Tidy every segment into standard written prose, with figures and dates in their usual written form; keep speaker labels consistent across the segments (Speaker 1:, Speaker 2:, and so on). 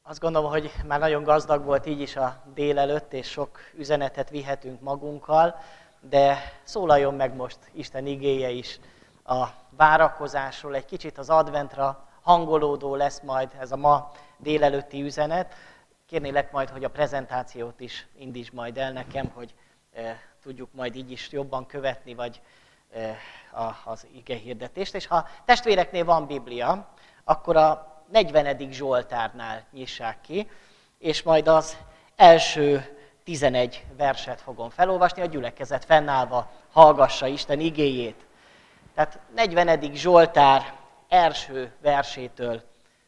Speaker 1: Azt gondolom, hogy már nagyon gazdag volt így is a délelőtt, és sok üzenetet vihetünk magunkkal, de szólaljon meg most Isten igéje is a várakozásról, egy kicsit az adventra hangolódó lesz majd ez a ma délelőtti üzenet. Kérnélek majd, hogy a prezentációt is indíts majd el nekem, hogy tudjuk majd így is jobban követni, vagy az igehirdetést. És ha testvéreknél van Biblia, akkor a 40. Zsoltárnál nyissák ki, és majd az első 11 verset fogom felolvasni, a gyülekezet fennállva hallgassa Isten igéjét. Tehát 40. Zsoltár első versétől.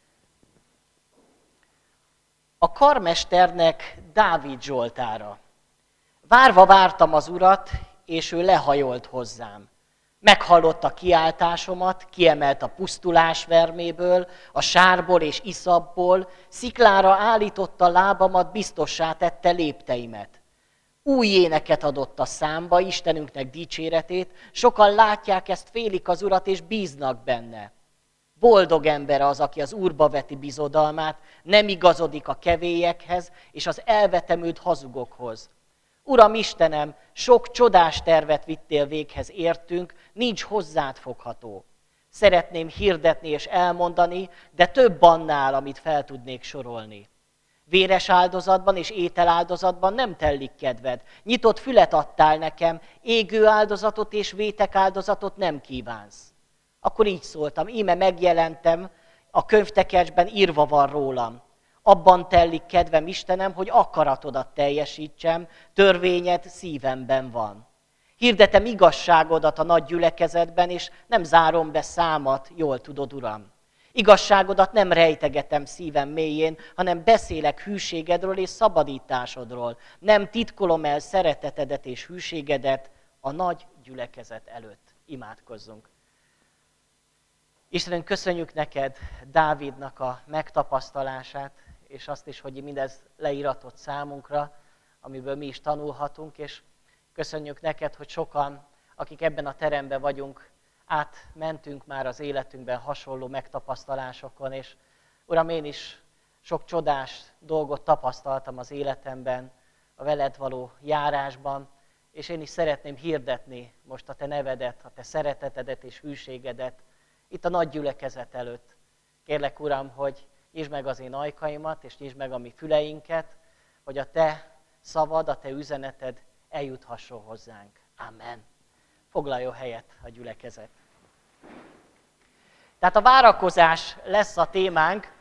Speaker 1: A karmesternek Dávid zsoltára. Várva vártam az Urat, és ő lehajolt hozzám. Meghallotta kiáltásomat, kiemelt a pusztulás verméből, a sárból és iszapból, sziklára állította lábamat, biztossá tette lépteimet. Új éneket adott a számba, Istenünknek dicséretét, sokan látják ezt, félik az Urat és bíznak benne. Boldog ember az, aki az Úrba veti bizodalmát, nem igazodik a kevélyekhez és az elvetemült hazugokhoz. Uram Istenem, sok csodás tervet vittél véghez értünk, nincs hozzád fogható. Szeretném hirdetni és elmondani, de több annál, amit fel tudnék sorolni. Véres áldozatban és ételáldozatban nem tellik kedved. Nyitott fület adtál nekem, égő áldozatot és vétek áldozatot nem kívánsz. Akkor így szóltam, íme megjelentem, a könyvtekercsben írva van rólam. Abban tellik kedvem, Istenem, hogy akaratodat teljesítsem, törvényed szívemben van. Hirdetem igazságodat a nagy gyülekezetben, és nem zárom be számat, jól tudod, Uram. Igazságodat nem rejtegetem szívem mélyén, hanem beszélek hűségedről és szabadításodról. Nem titkolom el szeretetedet és hűségedet a nagy gyülekezet előtt. Imádkozzunk. Istenünk, köszönjük neked Dávidnak a megtapasztalását, és azt is, hogy mindez leíratott számunkra, amiből mi is tanulhatunk, és köszönjük neked, hogy sokan, akik ebben a teremben vagyunk, átmentünk már az életünkben hasonló megtapasztalásokon, és Uram, én is sok csodás dolgot tapasztaltam az életemben, a veled való járásban, és én is szeretném hirdetni most a te nevedet, a te szeretetedet és hűségedet itt a nagy gyülekezet előtt. Kérlek, Uram, hogy nyisd meg az én ajkaimat, és nyisd meg a mi füleinket, hogy a te szavad, a te üzeneted eljuthasson hozzánk. Amen. Foglaljon helyet a gyülekezet. Tehát a várakozás lesz a témánk.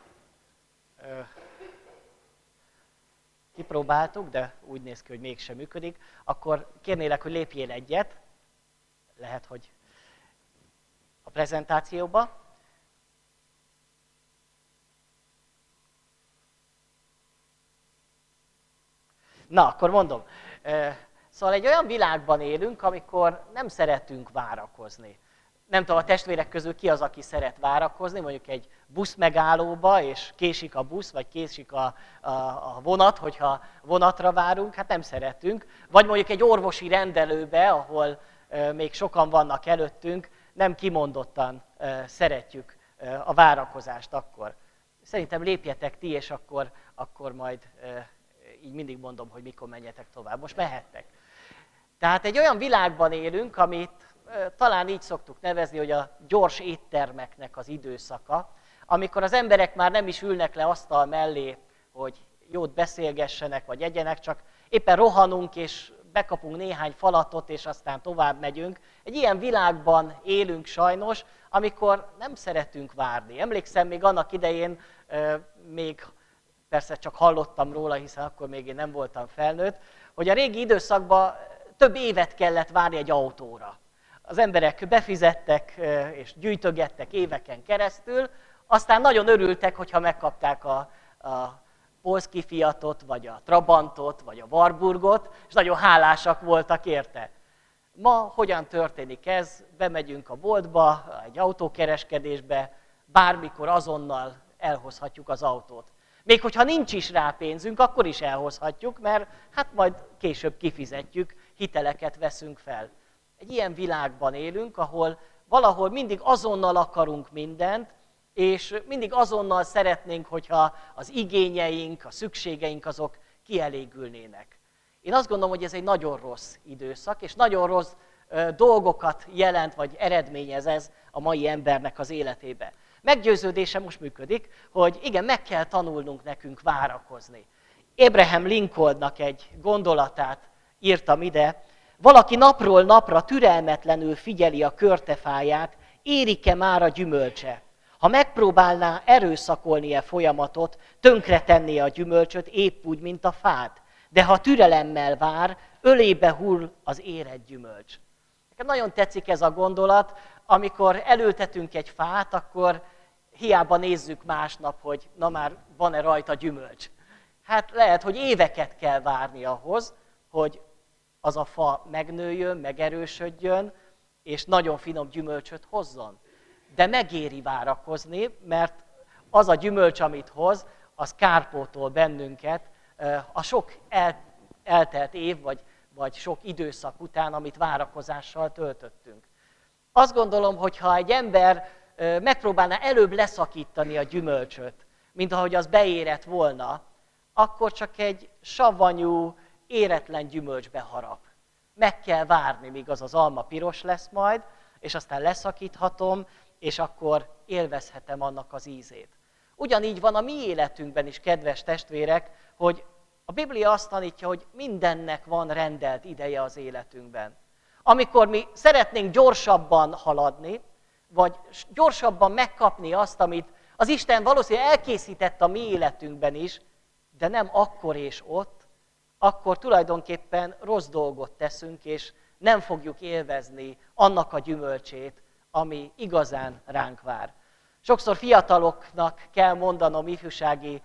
Speaker 1: Kipróbáltuk, de úgy néz ki, hogy mégsem működik. Akkor kérnélek, hogy lépjél egyet. Lehet, hogy a prezentációba. Na, akkor mondom. Szóval egy olyan világban élünk, amikor nem szeretünk várakozni. Nem tudom, a testvérek közül ki az, aki szeret várakozni, mondjuk egy buszmegállóba, és késik a busz, vagy késik a vonat, hogyha vonatra várunk, hát nem szeretünk. Vagy mondjuk egy orvosi rendelőbe, ahol még sokan vannak előttünk, nem kimondottan szeretjük a várakozást akkor. Szerintem lépjetek ti, és akkor majd így mindig mondom, hogy mikor menjetek tovább. Most mehettek. Tehát egy olyan világban élünk, amit talán így szoktuk nevezni, hogy a gyors éttermeknek az időszaka, amikor az emberek már nem is ülnek le asztal mellé, hogy jót beszélgessenek, vagy egyenek, csak éppen rohanunk, és bekapunk néhány falatot, és aztán tovább megyünk. Egy ilyen világban élünk sajnos, amikor nem szeretünk várni. Emlékszem, még annak idején, még persze csak hallottam róla, hiszen akkor még én nem voltam felnőtt, hogy a régi időszakban több évet kellett várni egy autóra. Az emberek befizettek és gyűjtögettek éveken keresztül, aztán nagyon örültek, hogyha megkapták a Polski Fiatot, vagy a Trabantot, vagy a Warburgot, és nagyon hálásak voltak érte. Ma hogyan történik ez? Bemegyünk a boltba, egy autókereskedésbe, bármikor azonnal elhozhatjuk az autót. Még hogyha nincs is rá pénzünk, akkor is elhozhatjuk, mert hát majd később kifizetjük, hiteleket veszünk fel. Egy ilyen világban élünk, ahol valahol mindig azonnal akarunk mindent, És mindig azonnal szeretnénk, hogyha az igényeink, a szükségeink azok kielégülnének. Én azt gondolom, hogy ez egy nagyon rossz időszak, és nagyon rossz dolgokat jelent, vagy eredményez ez a mai embernek az életébe. Meggyőződése most működik, hogy igen, meg kell tanulnunk nekünk várakozni. Abraham Lincolnnak egy gondolatát írtam ide. Valaki napról napra türelmetlenül figyeli a körtefáját, érik-e már a gyümölcse. Ha megpróbálná erőszakolni a folyamatot, tönkretenné a gyümölcsöt épp úgy, mint a fát. De ha türelemmel vár, ölébe hull az érett gyümölcs. Nekem nagyon tetszik ez a gondolat, amikor elültetünk egy fát, akkor hiába nézzük másnap, hogy na már van-e rajta gyümölcs. Hát lehet, hogy éveket kell várni ahhoz, hogy az a fa megnőjön, megerősödjön, és nagyon finom gyümölcsöt hozzon. De megéri várakozni, mert az a gyümölcs, amit hoz, az kárpótol bennünket a sok eltelt év, vagy sok időszak után, amit várakozással töltöttünk. Azt gondolom, hogy ha egy ember megpróbálna előbb leszakítani a gyümölcsöt, mint ahogy az beérett volna, akkor csak egy savanyú, éretlen gyümölcsbe harap. Meg kell várni, míg az alma piros lesz majd, és aztán leszakíthatom, és akkor élvezhetem annak az ízét. Ugyanígy van a mi életünkben is, kedves testvérek, hogy a Biblia azt tanítja, hogy mindennek van rendelt ideje az életünkben. Amikor mi szeretnénk gyorsabban haladni, vagy gyorsabban megkapni azt, amit az Isten valószínűleg elkészített a mi életünkben is, de nem akkor és ott, akkor tulajdonképpen rossz dolgot teszünk, és nem fogjuk élvezni annak a gyümölcsét, ami igazán ránk vár. Sokszor fiataloknak kell mondanom, ifjúsági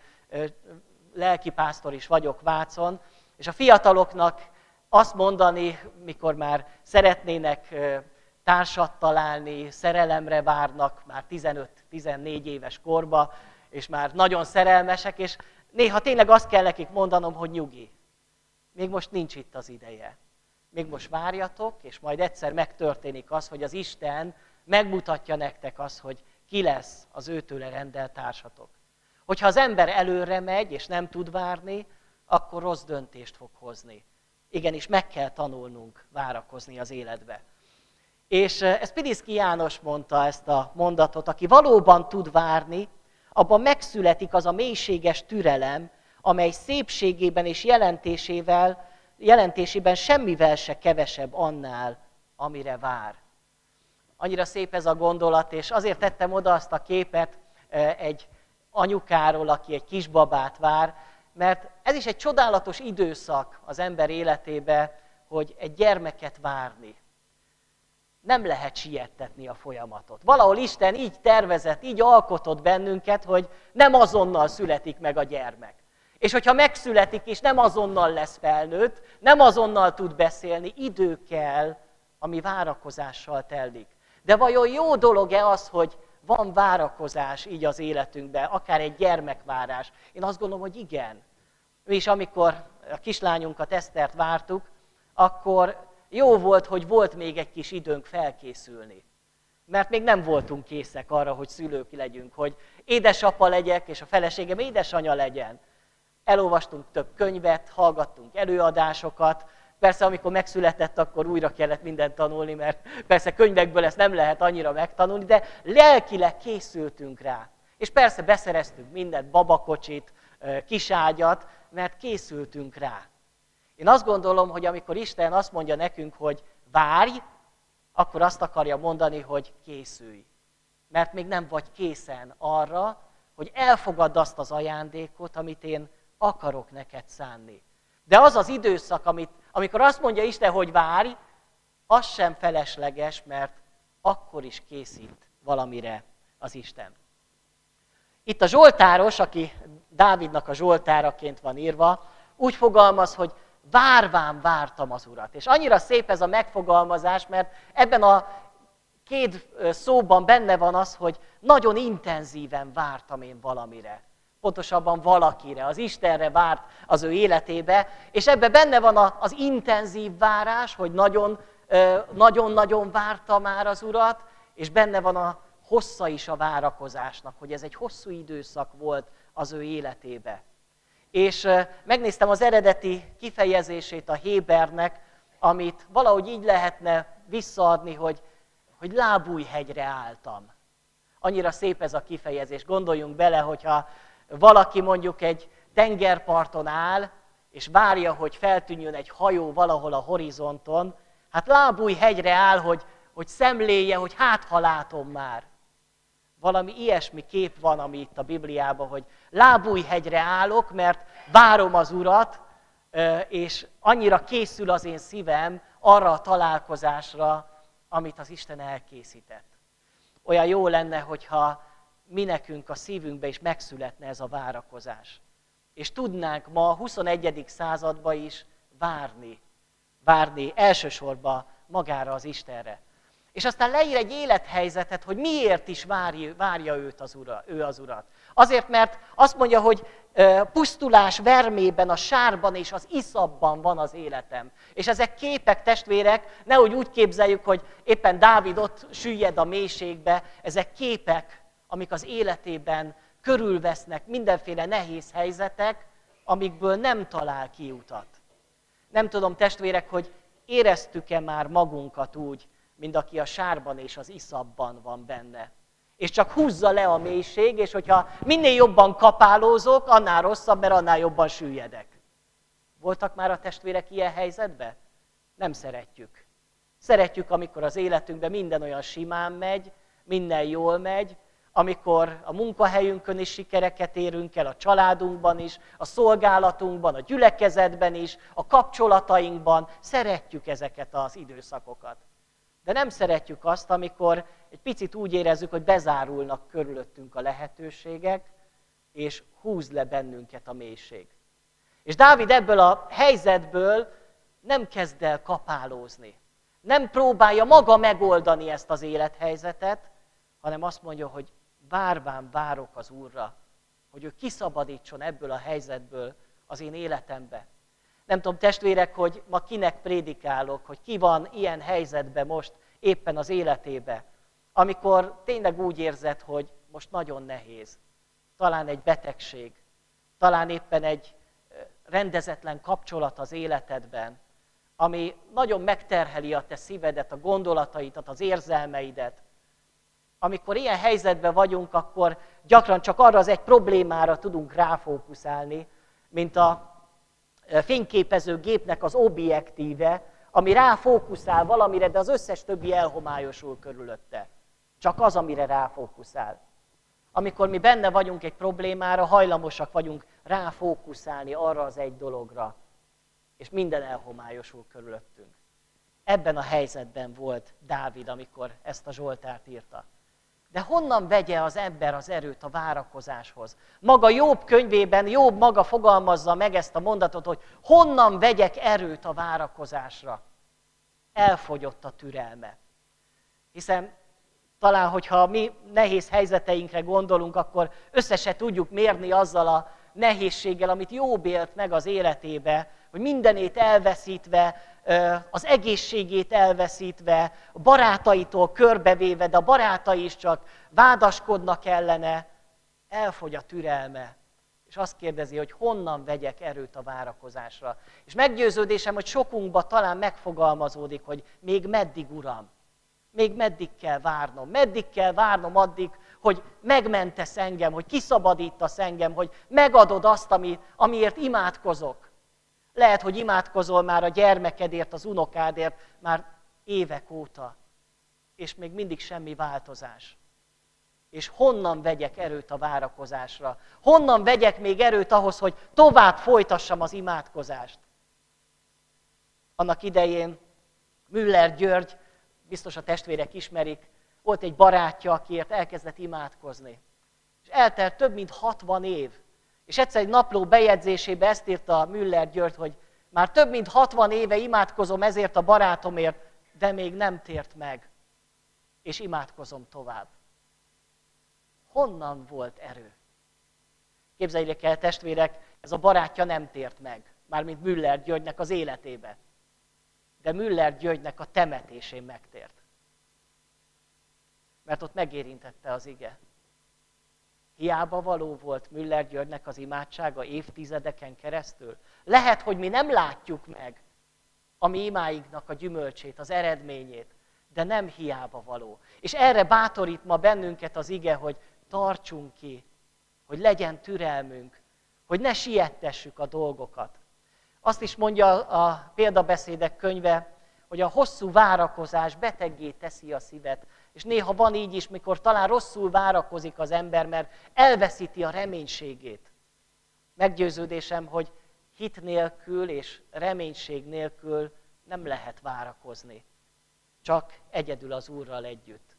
Speaker 1: lelkipásztor is vagyok Vácon, és a fiataloknak azt mondani, mikor már szeretnének társat találni, szerelemre várnak, már 15-14 éves korba, és már nagyon szerelmesek, és néha tényleg azt kell nekik mondanom, hogy nyugi. Még most nincs itt az ideje. Még most várjatok, és majd egyszer megtörténik az, hogy az Isten megmutatja nektek azt, hogy ki lesz az őtőle rendelt társatok. Hogyha az ember előre megy, és nem tud várni, akkor rossz döntést fog hozni. Igenis, meg kell tanulnunk várakozni az életbe. És ez Pidiszki János mondta ezt a mondatot, aki valóban tud várni, abban megszületik az a mélységes türelem, amely szépségében és jelentésében semmivel se kevesebb annál, amire vár. Annyira szép ez a gondolat, és azért tettem oda azt a képet egy anyukáról, aki egy kisbabát vár, mert ez is egy csodálatos időszak az ember életébe, hogy egy gyermeket várni. Nem lehet siettetni a folyamatot. Valahol Isten így tervezett, így alkotott bennünket, hogy nem azonnal születik meg a gyermek. És hogyha megszületik, és nem azonnal lesz felnőtt, nem azonnal tud beszélni, idő kell, ami várakozással telik. De vajon jó dolog-e az, hogy van várakozás így az életünkben, akár egy gyermekvárás? Én azt gondolom, hogy igen. Mi is, amikor a kislányunkat, Esztert vártuk, akkor jó volt, hogy volt még egy kis időnk felkészülni. Mert még nem voltunk készek arra, hogy szülők legyünk, hogy édesapa legyek, és a feleségem édesanya legyen. Elolvastunk több könyvet, hallgattunk előadásokat. Persze, amikor megszületett, akkor újra kellett mindent tanulni, mert persze könyvekből ezt nem lehet annyira megtanulni, de lelkileg készültünk rá. És persze beszereztünk mindent, babakocsit, kiságyat, mert készültünk rá. Én azt gondolom, hogy amikor Isten azt mondja nekünk, hogy várj, akkor azt akarja mondani, hogy készülj. Mert még nem vagy készen arra, hogy elfogadd azt az ajándékot, amit én akarok neked szánni. De az az időszak, amikor azt mondja Isten, hogy várj, az sem felesleges, mert akkor is készít valamire az Isten. Itt a zsoltáros, aki Dávidnak a zsoltáraként van írva, úgy fogalmaz, hogy várván vártam az Urat. És annyira szép ez a megfogalmazás, mert ebben a két szóban benne van az, hogy nagyon intenzíven vártam én valamire. Pontosabban valakire, az Istenre várt az ő életébe, és ebben benne van az intenzív várás, hogy nagyon-nagyon várta már az Urat, és benne van a hossza is a várakozásnak, hogy ez egy hosszú időszak volt az ő életébe. És megnéztem az eredeti kifejezését a Hébernek, amit valahogy így lehetne visszaadni, hogy lábújhegyre álltam. Annyira szép ez a kifejezés. Gondoljunk bele, hogyha valaki mondjuk egy tengerparton áll, és várja, hogy feltűnjön egy hajó valahol a horizonton, hát lábújhegyre áll, hogy szemléje, hogy hát ha látom már. Valami ilyesmi kép van, ami itt a Bibliában, hogy lábújhegyre állok, mert várom az Urat, és annyira készül az én szívem arra a találkozásra, amit az Isten elkészített. Olyan jó lenne, hogyha mi nekünk a szívünkbe is megszületne ez a várakozás. És tudnánk ma a 21. században is várni elsősorban magára az Istenre. És aztán leír egy élethelyzetet, hogy miért is várja ő az Urat. Azért, mert azt mondja, hogy pusztulás vermében, a sárban és az iszapban van az életem. És ezek képek, testvérek, nehogy úgy képzeljük, hogy éppen Dávid ott süllyed a mélységbe, ezek képek, amik az életében körülvesznek mindenféle nehéz helyzetek, amikből nem talál kiutat. Nem tudom, testvérek, hogy éreztük-e már magunkat úgy, mint aki a sárban és az iszapban van benne. És csak húzza le a mélység, és hogyha minél jobban kapálózok, annál rosszabb, mert annál jobban süllyedek. Voltak már a testvérek ilyen helyzetben? Nem szeretjük. Szeretjük, amikor az életünkben minden olyan simán megy, minden jól megy, amikor a munkahelyünkön is sikereket érünk el, a családunkban is, a szolgálatunkban, a gyülekezetben is, a kapcsolatainkban. Szeretjük ezeket az időszakokat. De nem szeretjük azt, amikor egy picit úgy érezzük, hogy bezárulnak körülöttünk a lehetőségek, és húz le bennünket a mélység. És Dávid ebből a helyzetből nem kezd el kapálózni. Nem próbálja maga megoldani ezt az élethelyzetet, hanem azt mondja, hogy várván várok az Úrra, hogy ő kiszabadítson ebből a helyzetből az én életembe. Nem tudom, testvérek, hogy ma kinek prédikálok, hogy ki van ilyen helyzetben most éppen az életébe, amikor tényleg úgy érzed, hogy most nagyon nehéz. Talán egy betegség, talán éppen egy rendezetlen kapcsolat az életedben, ami nagyon megterheli a te szívedet, a gondolataidat, az érzelmeidet. Amikor ilyen helyzetben vagyunk, akkor gyakran csak arra az egy problémára tudunk ráfókuszálni, mint a fényképező gépnek az objektíve, ami ráfókuszál valamire, de az összes többi elhomályosul körülötte. Csak az, amire ráfókuszál. Amikor mi benne vagyunk egy problémára, hajlamosak vagyunk ráfókuszálni arra az egy dologra, és minden elhomályosul körülöttünk. Ebben a helyzetben volt Dávid, amikor ezt a Zsoltárt írta. De honnan vegye az ember az erőt a várakozáshoz? Maga Jobb könyvében Jobb maga fogalmazza meg ezt a mondatot, hogy honnan vegyek erőt a várakozásra? Elfogyott a türelme. Hiszen talán, hogyha mi nehéz helyzeteinkre gondolunk, akkor össze se tudjuk mérni azzal a nehézséggel, amit Jobb élt meg az életébe, hogy mindenét elveszítve, az egészségét elveszítve, a barátaitól körbevéve, de a barátai is csak vádaskodnak ellene, elfogy a türelme. És azt kérdezi, hogy honnan vegyek erőt a várakozásra. És meggyőződésem, hogy sokunkban talán megfogalmazódik, hogy még meddig, Uram? Még meddig kell várnom? Meddig kell várnom addig, hogy megmentesz engem, hogy kiszabadítasz engem, hogy megadod azt, amiért imádkozok? Lehet, hogy imádkozol már a gyermekedért, az unokádért már évek óta, és még mindig semmi változás. És honnan vegyek erőt a várakozásra? Honnan vegyek még erőt ahhoz, hogy tovább folytassam az imádkozást? Annak idején Müller György, biztos a testvérek ismerik, volt egy barátja, akiért elkezdett imádkozni. És eltelt több mint 60 év. És egyszer egy napló bejegyzésébe ezt írta Müller György, hogy már több mint 60 éve imádkozom ezért a barátomért, de még nem tért meg. És imádkozom tovább. Honnan volt erő? Képzeljék el, testvérek, ez a barátja nem tért meg, mármint Müller Györgynek az életébe. De Müller Györgynek a temetésén megtért. mert ott megérintette az ige. Hiába való volt Müller Györgynek az imádsága évtizedeken keresztül. Lehet, hogy mi nem látjuk meg a mi imáinknak a gyümölcsét, az eredményét, de nem hiába való. És erre bátorít ma bennünket az ige, hogy tartsunk ki, hogy legyen türelmünk, hogy ne siettessük a dolgokat. Azt is mondja a példabeszédek könyve, hogy a hosszú várakozás beteggé teszi a szívet. És néha van így is, mikor talán rosszul várakozik az ember, mert elveszíti a reménységét. Meggyőződésem, hogy hit nélkül és reménység nélkül nem lehet várakozni. Csak egyedül az Úrral együtt.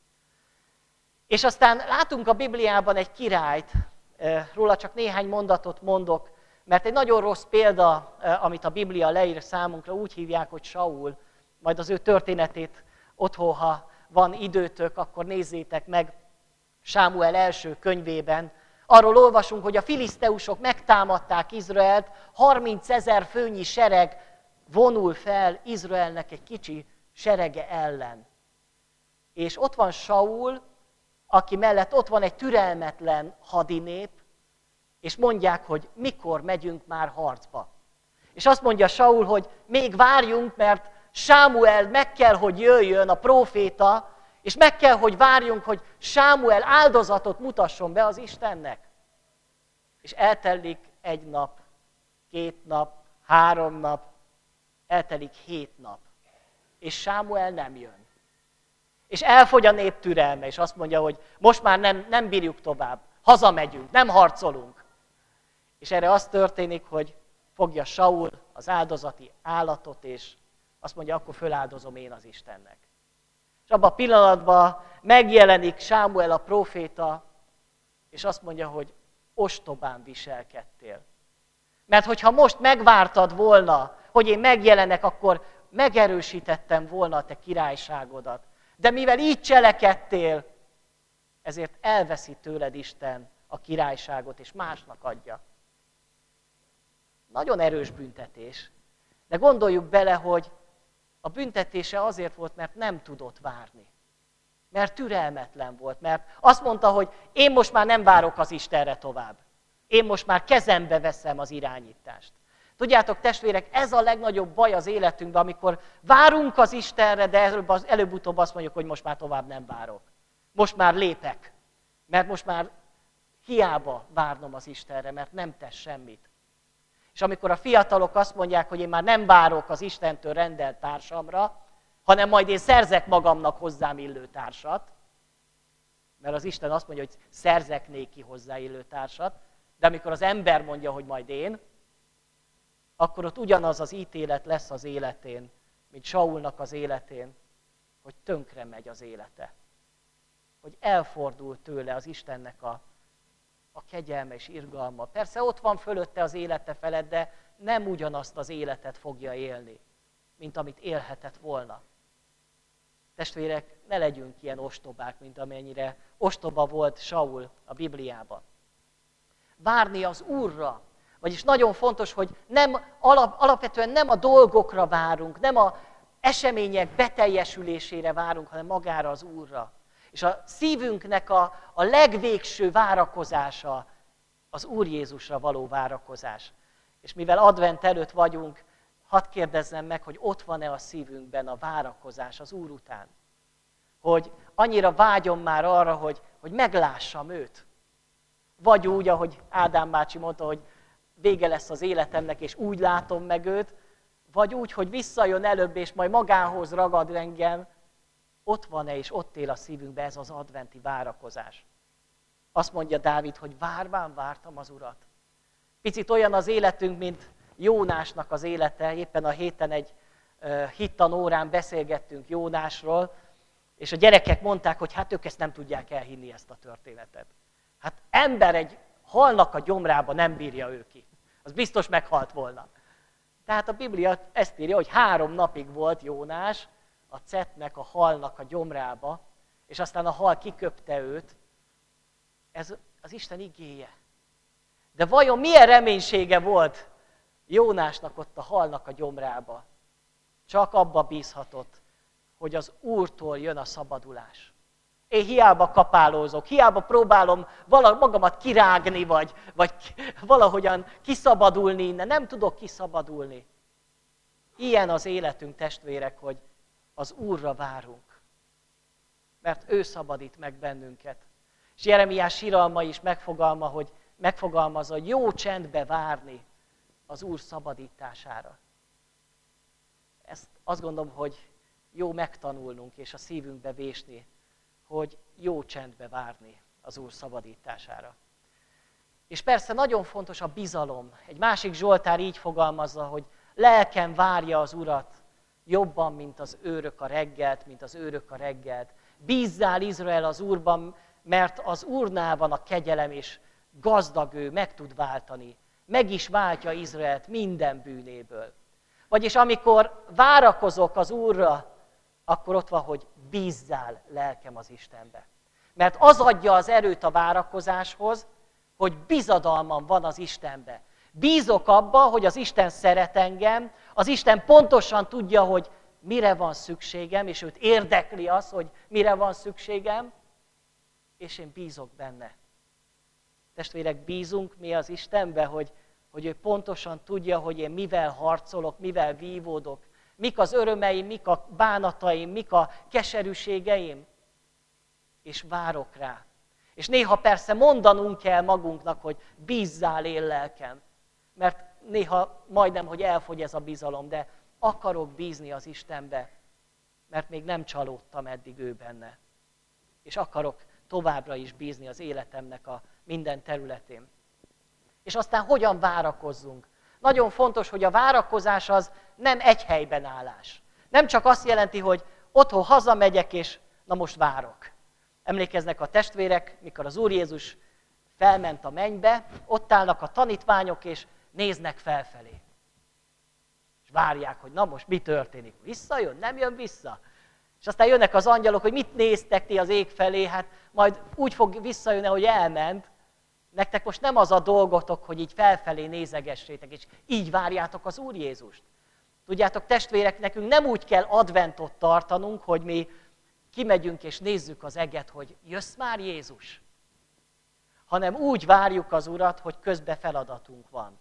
Speaker 1: És aztán látunk a Bibliában egy királyt, róla csak néhány mondatot mondok, mert egy nagyon rossz példa, amit a Biblia leír számunkra, úgy hívják, hogy Saul. Majd az ő történetét otthon, ha van időtök, akkor nézzétek meg Sámuel első könyvében. Arról olvasunk, hogy a filiszteusok megtámadták Izraelt, 30 000 főnyi sereg vonul fel Izraelnek egy kicsi serege ellen. És ott van Saul, aki mellett ott van egy türelmetlen hadinép, és mondják, hogy mikor megyünk már harcba. És azt mondja Saul, hogy még várjunk, mert Sámuel meg kell, hogy jöjjön, a próféta, és meg kell, hogy várjunk, hogy Sámuel áldozatot mutasson be az Istennek. És eltelik 1 nap, 2 nap, 3 nap, eltelik 7 nap. És Sámuel nem jön. És elfogy a nép türelme, és azt mondja, hogy most már nem bírjuk tovább, hazamegyünk, nem harcolunk. És erre az történik, hogy fogja Saul az áldozati állatot, és azt mondja, akkor föláldozom én az Istennek. És abban a pillanatban megjelenik Sámuel a próféta, és azt mondja, hogy ostobán viselkedtél. Mert hogyha most megvártad volna, hogy én megjelenek, akkor megerősítettem volna a te királyságodat. De mivel így cselekedtél, ezért elveszi tőled Isten a királyságot, és másnak adja. Nagyon erős büntetés. De gondoljuk bele, hogy a büntetése azért volt, mert nem tudott várni. Mert türelmetlen volt, mert azt mondta, hogy én most már nem várok az Istenre tovább. Én most már kezembe veszem az irányítást. Tudjátok, testvérek, ez a legnagyobb baj az életünkben, amikor várunk az Istenre, de előbb-utóbb azt mondjuk, hogy most már tovább nem várok. Most már lépek, mert most már hiába várnom az Istenre, mert nem tesz semmit. És amikor a fiatalok azt mondják, hogy én már nem várok az Istentől rendelt társamra, hanem majd én szerzek magamnak hozzám illő társat, mert az Isten azt mondja, hogy szerzek néki hozzá illő társat, de amikor az ember mondja, hogy majd én, akkor ott ugyanaz az ítélet lesz az életén, mint Saulnak az életén, hogy tönkre megy az élete. Hogy elfordul tőle az Istennek a kegyelme és irgalma. Persze ott van fölötte az élete felett, de nem ugyanazt az életet fogja élni, mint amit élhetett volna. Testvérek, ne legyünk ilyen ostobák, mint amennyire ostoba volt Saul a Bibliában. Várni az Úrra. Vagyis nagyon fontos, hogy alapvetően nem a dolgokra várunk, nem az események beteljesülésére várunk, hanem magára az Úrra. És a szívünknek a legvégső várakozása az Úr Jézusra való várakozás. És mivel advent előtt vagyunk, hadd kérdezzem meg, hogy ott van-e a szívünkben a várakozás az Úr után. Hogy annyira vágyom már arra, hogy meglássam őt. Vagy úgy, ahogy Ádám bácsi mondta, hogy vége lesz az életemnek, és úgy látom meg őt, vagy úgy, hogy visszajön előbb, és majd magához ragad engem, ott van-e, és ott él a szívünkben ez az adventi várakozás. Azt mondja Dávid, hogy várván vártam az Urat. Picit olyan az életünk, mint Jónásnak az élete. Éppen a héten egy hittanórán beszélgettünk Jónásról, és a gyerekek mondták, hogy hát ők ezt nem tudják elhinni, ezt a történetet. Hát ember egy halnak a gyomrába nem bírja ő ki. Az biztos meghalt volna. Tehát a Biblia ezt írja, hogy 3 napig volt Jónás a cetnek, a halnak a gyomrába, és aztán a hal kiköpte őt. Ez az Isten igéje. De vajon milyen reménysége volt Jónásnak ott a halnak a gyomrába? Csak abba bízhatott, hogy az Úrtól jön a szabadulás. Én hiába kapálózok, hiába próbálom magamat kirágni, vagy valahogyan kiszabadulni innen. Nem tudok kiszabadulni. Ilyen az életünk, testvérek, hogy az Úrra várunk. Mert ő szabadít meg bennünket. És Jeremiás síralma is megfogalmazza, hogy jó csendbe várni az Úr szabadítására. Ezt azt gondolom, hogy jó megtanulnunk és a szívünkbe vésni, hogy jó csendbe várni az Úr szabadítására. És persze nagyon fontos a bizalom. Egy másik Zsoltár így fogalmazza, hogy lelkem várja az Urat jobban, mint az őrök a reggelt, mint az őrök a reggelt. Bízzál Izrael az Úrban, mert az Úrnál van a kegyelem, és gazdag ő, meg tud váltani. Meg is váltja Izraelt minden bűnéből. Vagyis amikor várakozok az Úrra, akkor ott van, hogy bízzál lelkem az Istenbe. Mert az adja az erőt a várakozáshoz, hogy bizadalmam van az Istenbe. Bízok abba, hogy az Isten szeret engem, az Isten pontosan tudja, hogy mire van szükségem, és őt érdekli az, hogy mire van szükségem, és én bízok benne. Testvérek, bízunk mi az Istenbe, hogy ő pontosan tudja, hogy én mivel harcolok, mivel vívódok, mik az örömeim, mik a bánataim, mik a keserűségeim, és várok rá. És néha persze mondanunk kell magunknak, hogy bízzál én lelkem, mert néha majdnem, hogy elfogy ez a bizalom, de akarok bízni az Istenbe, mert még nem csalódtam eddig ő benne. És akarok továbbra is bízni az életemnek a minden területén. És aztán hogyan várakozzunk? Nagyon fontos, hogy a várakozás az nem egy helyben állás. Nem csak azt jelenti, hogy otthon hazamegyek, és na most várok. Emlékeznek a testvérek, mikor az Úr Jézus felment a mennybe, ott állnak a tanítványok, és néznek felfelé. És várják, hogy na most mi történik. Visszajön? Nem jön vissza? És aztán jönnek az angyalok, hogy mit néztek ti az ég felé, hát majd úgy fog visszajönni, hogy elment. Nektek most nem az a dolgotok, hogy így felfelé nézegessétek, és így várjátok az Úr Jézust. Tudjátok, testvérek, nekünk nem úgy kell adventot tartanunk, hogy mi kimegyünk és nézzük az eget, hogy jössz már Jézus? Hanem úgy várjuk az Urat, hogy közben feladatunk van.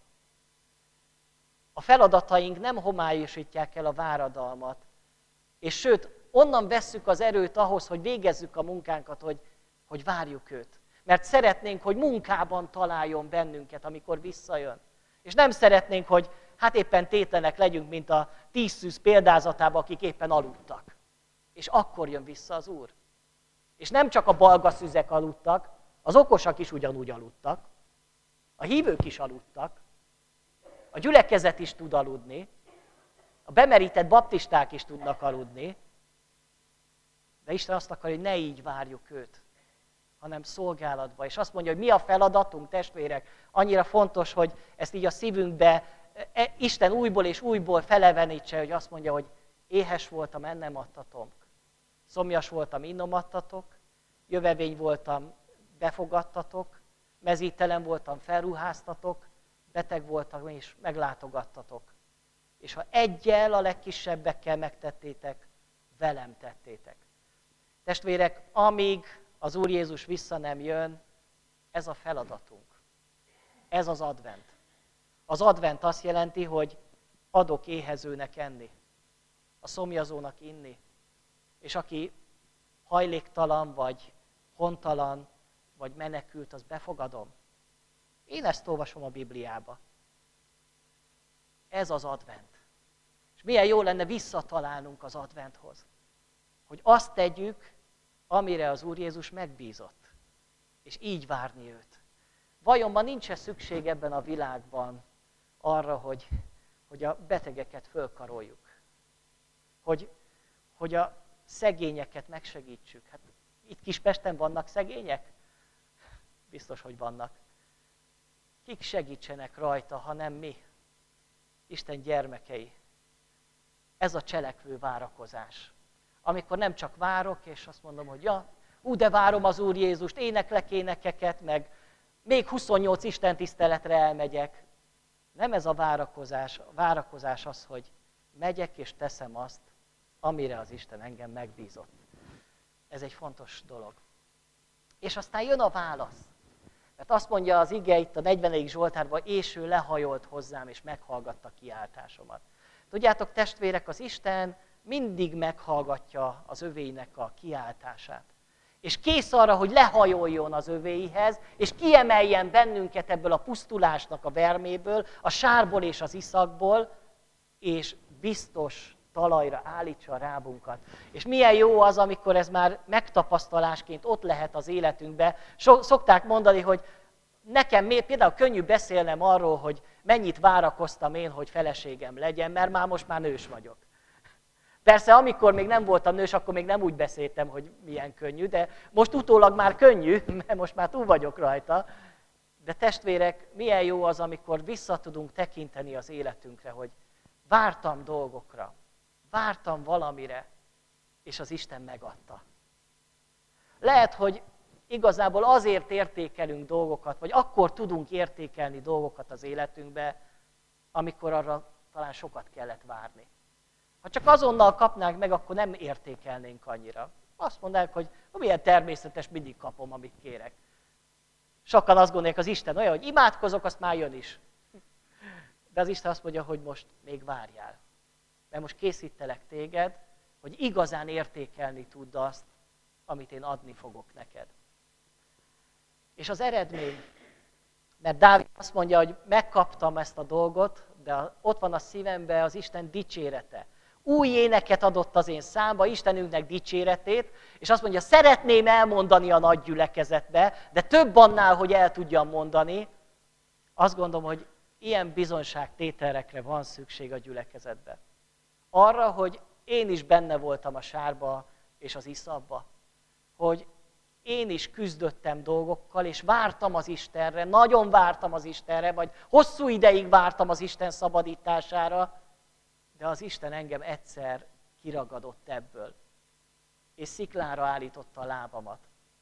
Speaker 1: A feladataink nem homályosítják el a váradalmat, és sőt, onnan vesszük az erőt ahhoz, hogy végezzük a munkánkat, hogy várjuk őt. Mert szeretnénk, hogy munkában találjon bennünket, amikor visszajön. És nem szeretnénk, hogy hát éppen tétlenek legyünk, mint a 10 szűz példázatában, akik éppen aludtak. És akkor jön vissza az Úr. És nem csak a balga szüzek aludtak, az okosak is ugyanúgy aludtak, a hívők is aludtak, a gyülekezet is tud aludni, a bemerített baptisták is tudnak aludni, de Isten azt akarja, hogy ne így várjuk őt, hanem szolgálatba. És azt mondja, hogy mi a feladatunk, testvérek, annyira fontos, hogy ezt így a szívünkbe Isten újból és újból felevenítse, hogy azt mondja, hogy éhes voltam, ennem adtatok, szomjas voltam, innom adtatok, jövevény voltam, befogadtatok, mezítelen voltam, felruháztatok, beteg voltam és meglátogattatok. És ha egyel a legkisebbekkel megtettétek, velem tettétek. Testvérek, amíg az Úr Jézus vissza nem jön, ez a feladatunk. Ez az advent. Az advent azt jelenti, hogy adok éhezőnek enni, a szomjazónak inni, és aki hajléktalan, vagy hontalan, vagy menekült, az befogadom. Én ezt olvasom a Bibliába. Ez az advent. És milyen jó lenne visszatalálnunk az adventhoz. Hogy azt tegyük, amire az Úr Jézus megbízott. És így várni őt. Vajon ma nincs-e szükség ebben a világban arra, hogy a betegeket fölkaroljuk? Hogy a szegényeket megsegítsük? Hát itt Kispesten vannak szegények? Biztos, hogy vannak. Kik segítsenek rajta, ha nem mi? Isten gyermekei. Ez a cselekvő várakozás. Amikor nem csak várok, és azt mondom, hogy ja, de várom az Úr Jézust, éneklek énekeket, meg még 28 istentiszteletre elmegyek. Nem ez a várakozás. A várakozás az, hogy megyek és teszem azt, amire az Isten engem megbízott. Ez egy fontos dolog. És aztán jön a válasz. Mert azt mondja az ige itt a 40. Zsoltárban, és ő lehajolt hozzám, és meghallgatta kiáltásomat. Tudjátok, testvérek, az Isten mindig meghallgatja az övéinek a kiáltását. És kész arra, hogy lehajoljon az övéihez, és kiemeljen bennünket ebből a pusztulásnak a verméből, a sárból és az iszakból, és biztos talajra állítsa a rábunkat. És milyen jó az, amikor ez már megtapasztalásként ott lehet az életünkben. Szokták mondani, hogy nekem például könnyű beszélnem arról, hogy mennyit várakoztam én, hogy feleségem legyen, mert már most már nős vagyok. Persze, amikor még nem voltam nős, akkor még nem úgy beszéltem, hogy milyen könnyű, de most utólag már könnyű, mert most már túl vagyok rajta. De testvérek, milyen jó az, amikor vissza tudunk tekinteni az életünkre, hogy vártam dolgokra, vártam valamire, és az Isten megadta. Lehet, hogy igazából azért értékelünk dolgokat, vagy akkor tudunk értékelni dolgokat az életünkbe, amikor arra talán sokat kellett várni. Ha csak azonnal kapnánk meg, akkor nem értékelnénk annyira. Azt mondanánk, hogy milyen természetes, mindig kapom, amit kérek. Sokan azt gondolják, az Isten olyan, hogy imádkozok, azt már jön is. De az Isten azt mondja, hogy most még várjál. Mert most készítelek téged, hogy igazán értékelni tudd azt, amit én adni fogok neked. És az eredmény, mert Dávid azt mondja, hogy megkaptam ezt a dolgot, de ott van a szívemben az Isten dicsérete. Új éneket adott az én számba, Istenünknek dicséretét, és azt mondja, szeretném elmondani a nagy gyülekezetbe, de több annál, hogy el tudjam mondani. Azt gondolom, hogy ilyen bizonyságtételekre van szükség a gyülekezetbe. Arra, hogy én is benne voltam a sárba és az iszapba, hogy én is küzdöttem dolgokkal, és vártam az Istenre, nagyon vártam az Istenre, vagy hosszú ideig vártam az Isten szabadítására, de az Isten engem egyszer kiragadott ebből, és sziklára állította a lábamat.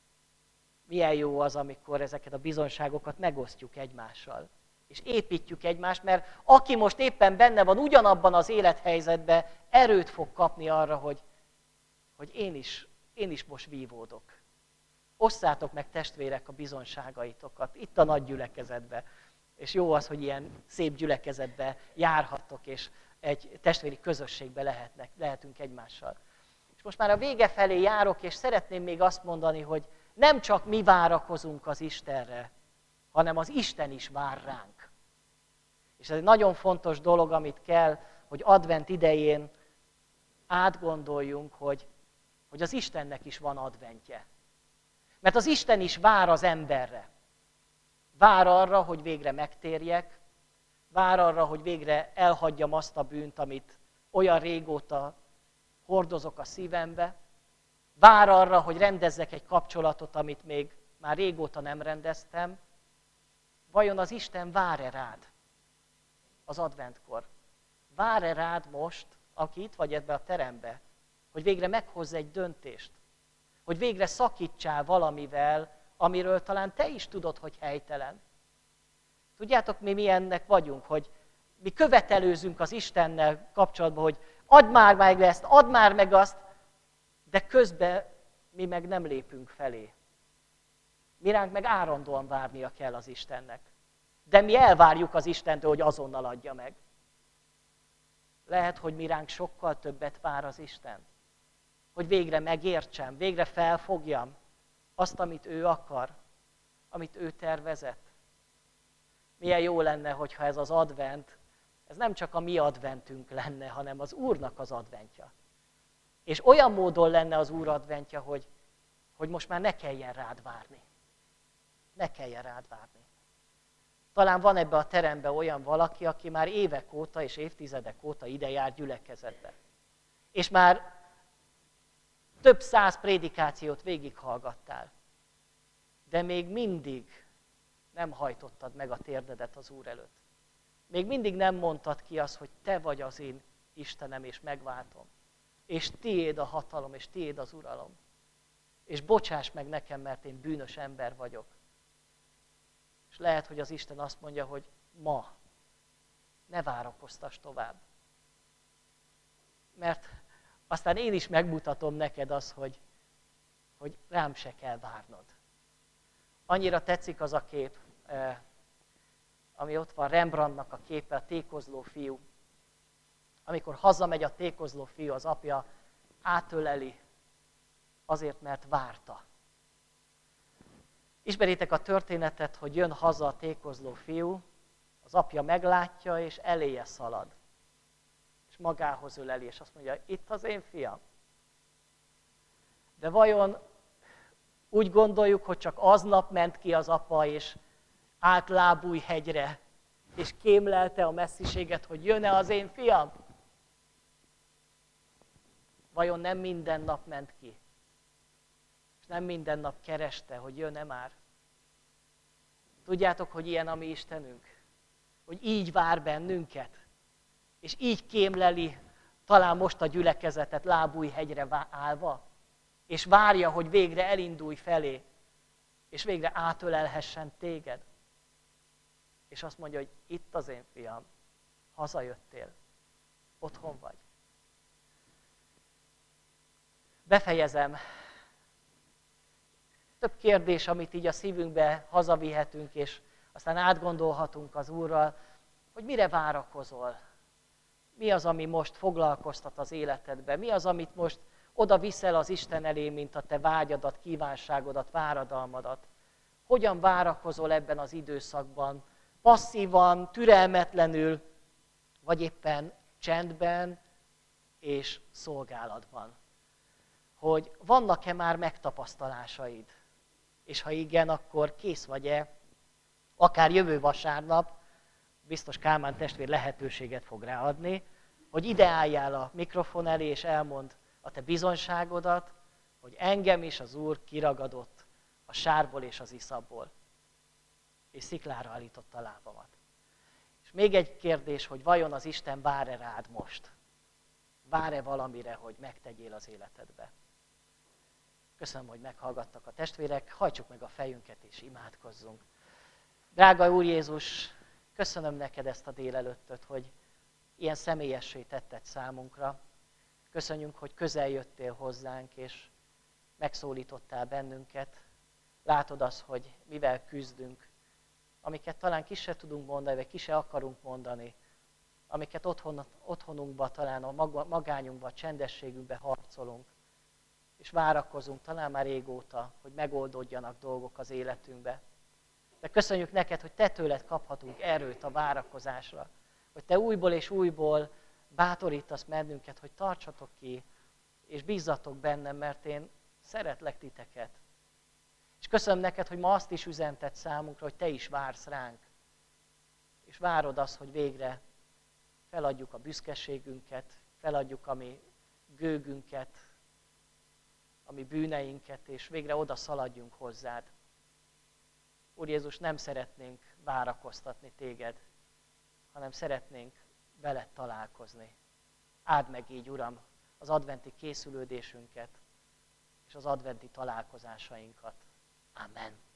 Speaker 1: Milyen jó az, amikor ezeket a bizonyságokat megosztjuk egymással, és építjük egymást, mert aki most éppen benne van ugyanabban az élethelyzetben, erőt fog kapni arra, hogy én is most vívódok. Osszátok meg, testvérek, a bizonyságaitokat itt a nagy gyülekezetbe. És jó az, hogy ilyen szép gyülekezetbe járhattok, és egy testvéri közösségbe lehetünk egymással. És most már a vége felé járok, és szeretném még azt mondani, hogy nem csak mi várakozunk az Istenre, hanem az Isten is vár ránk. És ez egy nagyon fontos dolog, amit kell, hogy advent idején átgondoljunk, hogy az Istennek is van adventje. Mert az Isten is vár az emberre. Vár arra, hogy végre megtérjek, vár arra, hogy végre elhagyjam azt a bűnt, amit olyan régóta hordozok a szívembe, vár arra, hogy rendezzek egy kapcsolatot, amit még már régóta nem rendeztem. Vajon az Isten vár-e rád az adventkor? Vár-e rád most, aki itt vagy ebbe a terembe, hogy végre meghozz egy döntést? Hogy végre szakítsál valamivel, amiről talán te is tudod, hogy helytelen. Tudjátok, mi milyennek vagyunk, hogy mi követelőzünk az Istennel kapcsolatban, hogy add már meg ezt, add már meg azt, de közben mi meg nem lépünk felé. Mi ránk meg állandóan várnia kell az Istennek. De mi elvárjuk az Istentől, hogy azonnal adja meg. Lehet, hogy mi ránk sokkal többet vár az Isten. Hogy végre megértsem, végre felfogjam azt, amit ő akar, amit ő tervezett. Milyen jó lenne, hogyha ez az advent, ez nem csak a mi adventünk lenne, hanem az Úrnak az adventja. És olyan módon lenne az Úr adventja, hogy most már ne kelljen rád várni. Ne kelljen rád várni. Talán van ebbe a teremben olyan valaki, aki már évek óta és évtizedek óta ide jár gyülekezetbe. És már több száz prédikációt végighallgattál. De még mindig nem hajtottad meg a térdedet az Úr előtt. Még mindig nem mondtad ki azt, hogy te vagy az én Istenem, és megváltom. És tiéd a hatalom, és tiéd az uralom. És bocsáss meg nekem, mert én bűnös ember vagyok. És lehet, hogy az Isten azt mondja, hogy ma ne várakoztass tovább. Mert aztán én is megmutatom neked azt, hogy hogy rám se kell várnod. Annyira tetszik az a kép, ami ott van, Rembrandtnak a képe, a tékozló fiú. Amikor hazamegy a tékozló fiú, az apja átöleli, azért, mert várta. Ismeritek a történetet, hogy jön haza a tékozló fiú, az apja meglátja, és eléje szalad. És magához öleli, és azt mondja, itt az én fiam. De vajon úgy gondoljuk, hogy csak aznap ment ki az apa, és állt Lábújhegyre, és kémlelte a messziséget, hogy jön-e az én fiam? Vajon nem minden nap ment ki? És nem minden nap kereste, hogy jön-e már? Tudjátok, hogy ilyen a mi Istenünk? Hogy így vár bennünket, és így kémleli talán most a gyülekezetet Lábújhegyre állva, és várja, hogy végre elindulj felé, és végre átölelhessen téged. És azt mondja, hogy itt az én fiam, hazajöttél, otthon vagy. Befejezem. Több kérdés, amit így a szívünkbe hazavihetünk, és aztán átgondolhatunk az Úrral, hogy mire várakozol. Mi az, ami most foglalkoztat az életedbe? Mi az, amit most oda viszel az Isten elé, mint a te vágyadat, kívánságodat, váradalmadat? Hogyan várakozol ebben az időszakban? Passzívan, türelmetlenül, vagy éppen csendben és szolgálatban? Hogy vannak-e már megtapasztalásaid? És ha igen, akkor kész vagy-e, akár jövő vasárnap, biztos Kálmán testvér lehetőséget fog ráadni, hogy ide álljál a mikrofon elé, és elmondd a te bizonyságodat, hogy engem is az Úr kiragadott a sárból és az iszapból, és sziklára állította a lábamat. És még egy kérdés, hogy vajon az Isten vár-e rád most? Vár-e valamire, hogy megtegyél az életedbe? Köszönöm, hogy meghallgattak a testvérek, hajtsuk meg a fejünket és imádkozzunk. Drága Úr Jézus, köszönöm neked ezt a délelőttöt, hogy ilyen személyessé tetted számunkra. Köszönjük, hogy közel jöttél hozzánk, és megszólítottál bennünket. Látod azt, hogy mivel küzdünk, amiket talán ki se tudunk mondani, vagy ki se akarunk mondani, amiket otthonunkban, talán a magányunkban, a csendességünkben harcolunk, és várakozunk talán már régóta, hogy megoldódjanak dolgok az életünkbe. De köszönjük neked, hogy te tőled kaphatunk erőt a várakozásra, hogy te újból és újból bátorítasz bennünket, hogy tartsatok ki, és bízzatok bennem, mert én szeretlek titeket. És köszönöm neked, hogy ma azt is üzented számunkra, hogy te is vársz ránk. És várod azt, hogy végre feladjuk a büszkeségünket, feladjuk a mi gőgünket, a mi bűneinket, és végre oda szaladjunk hozzád. Úr Jézus, nem szeretnénk várakoztatni téged, hanem szeretnénk veled találkozni. Áld meg így, Uram, az adventi készülődésünket és az adventi találkozásainkat. Amen.